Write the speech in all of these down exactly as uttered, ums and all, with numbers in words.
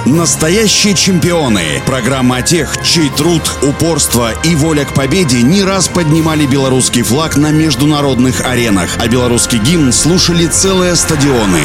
Настоящие чемпионы. Программа о тех, чей труд, упорство и воля к победе не раз поднимали белорусский флаг на международных аренах, а белорусский гимн слушали целые стадионы.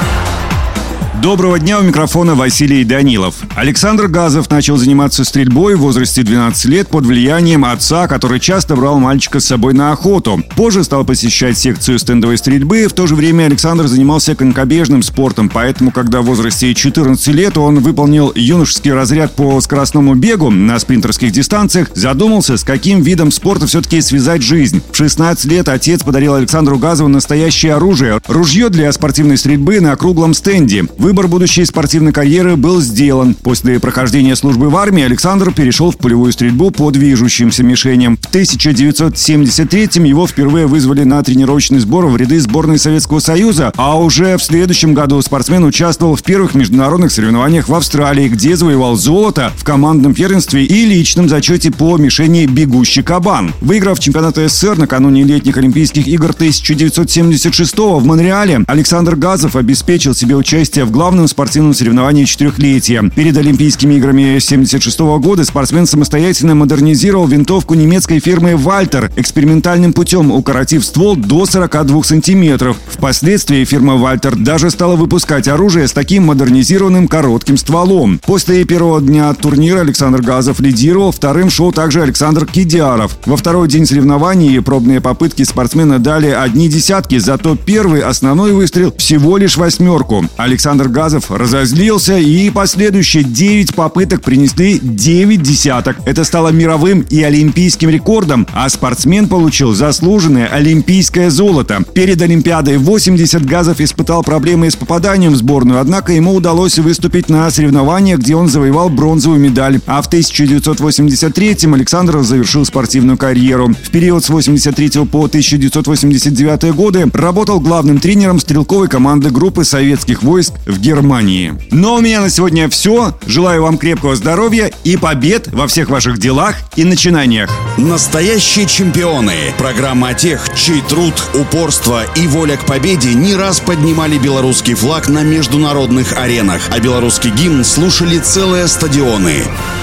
Доброго дня, у микрофона Василий Данилов. Александр Газов начал заниматься стрельбой в возрасте двенадцати лет под влиянием отца, который часто брал мальчика с собой на охоту. Позже стал посещать секцию стендовой стрельбы. В то же время Александр занимался конькобежным спортом, поэтому, когда в возрасте четырнадцати лет он выполнил юношеский разряд по скоростному бегу на спринтерских дистанциях, задумался, с каким видом спорта все-таки связать жизнь. В шестнадцать лет отец подарил Александру Газову настоящее оружие – ружье для спортивной стрельбы на круглом стенде. Выбор будущей спортивной карьеры был сделан. После прохождения службы в армии Александр перешел в полевую стрельбу по движущимся мишеням. В тысяча девятьсот семьдесят третьем его впервые вызвали на тренировочный сбор в ряды сборной Советского Союза, а уже в следующем году спортсмен участвовал в первых международных соревнованиях в Австралии, где завоевал золото в командном первенстве и личном зачете по мишени «Бегущий кабан». Выиграв чемпионат СССР накануне летних Олимпийских игр тысяча девятьсот семьдесят шестого в Монреале, Александр Газов обеспечил себе участие в главном спортивном соревновании четырехлетия. Перед Олимпийскими играми семьдесят шестого года спортсмен самостоятельно модернизировал винтовку немецкой фирмы «Вальтер», экспериментальным путем укоротив ствол до сорока двух сантиметров. Впоследствии фирма «Вальтер» даже стала выпускать оружие с таким модернизированным коротким стволом. После первого дня турнира Александр Газов лидировал, вторым шел также Александр Кидиаров. Во второй день соревнований пробные попытки спортсмена дали одни десятки, зато первый основной выстрел всего лишь восьмерку. Александр Газов разозлился, и последующие девять попыток принесли девять десяток. Это стало мировым и олимпийским рекордом, а спортсмен получил заслуженное олимпийское золото. Перед Олимпиадой восемьдесят Газов испытал проблемы с попаданием в сборную, однако ему удалось выступить на соревнованиях, где он завоевал бронзовую медаль. А в тысяча девятьсот восемьдесят третьем Александр завершил спортивную карьеру. В период с восемьдесят третьего по тысяча девятьсот восемьдесят девятый годы работал главным тренером стрелковой команды группы советских войск в Германии. Но у меня на сегодня все. Желаю вам крепкого здоровья и побед во всех ваших делах и начинаниях. Настоящие чемпионы. Программа о тех, чей труд, упорство и воля к победе не раз поднимали белорусский флаг на международных аренах, а белорусский гимн слушали целые стадионы.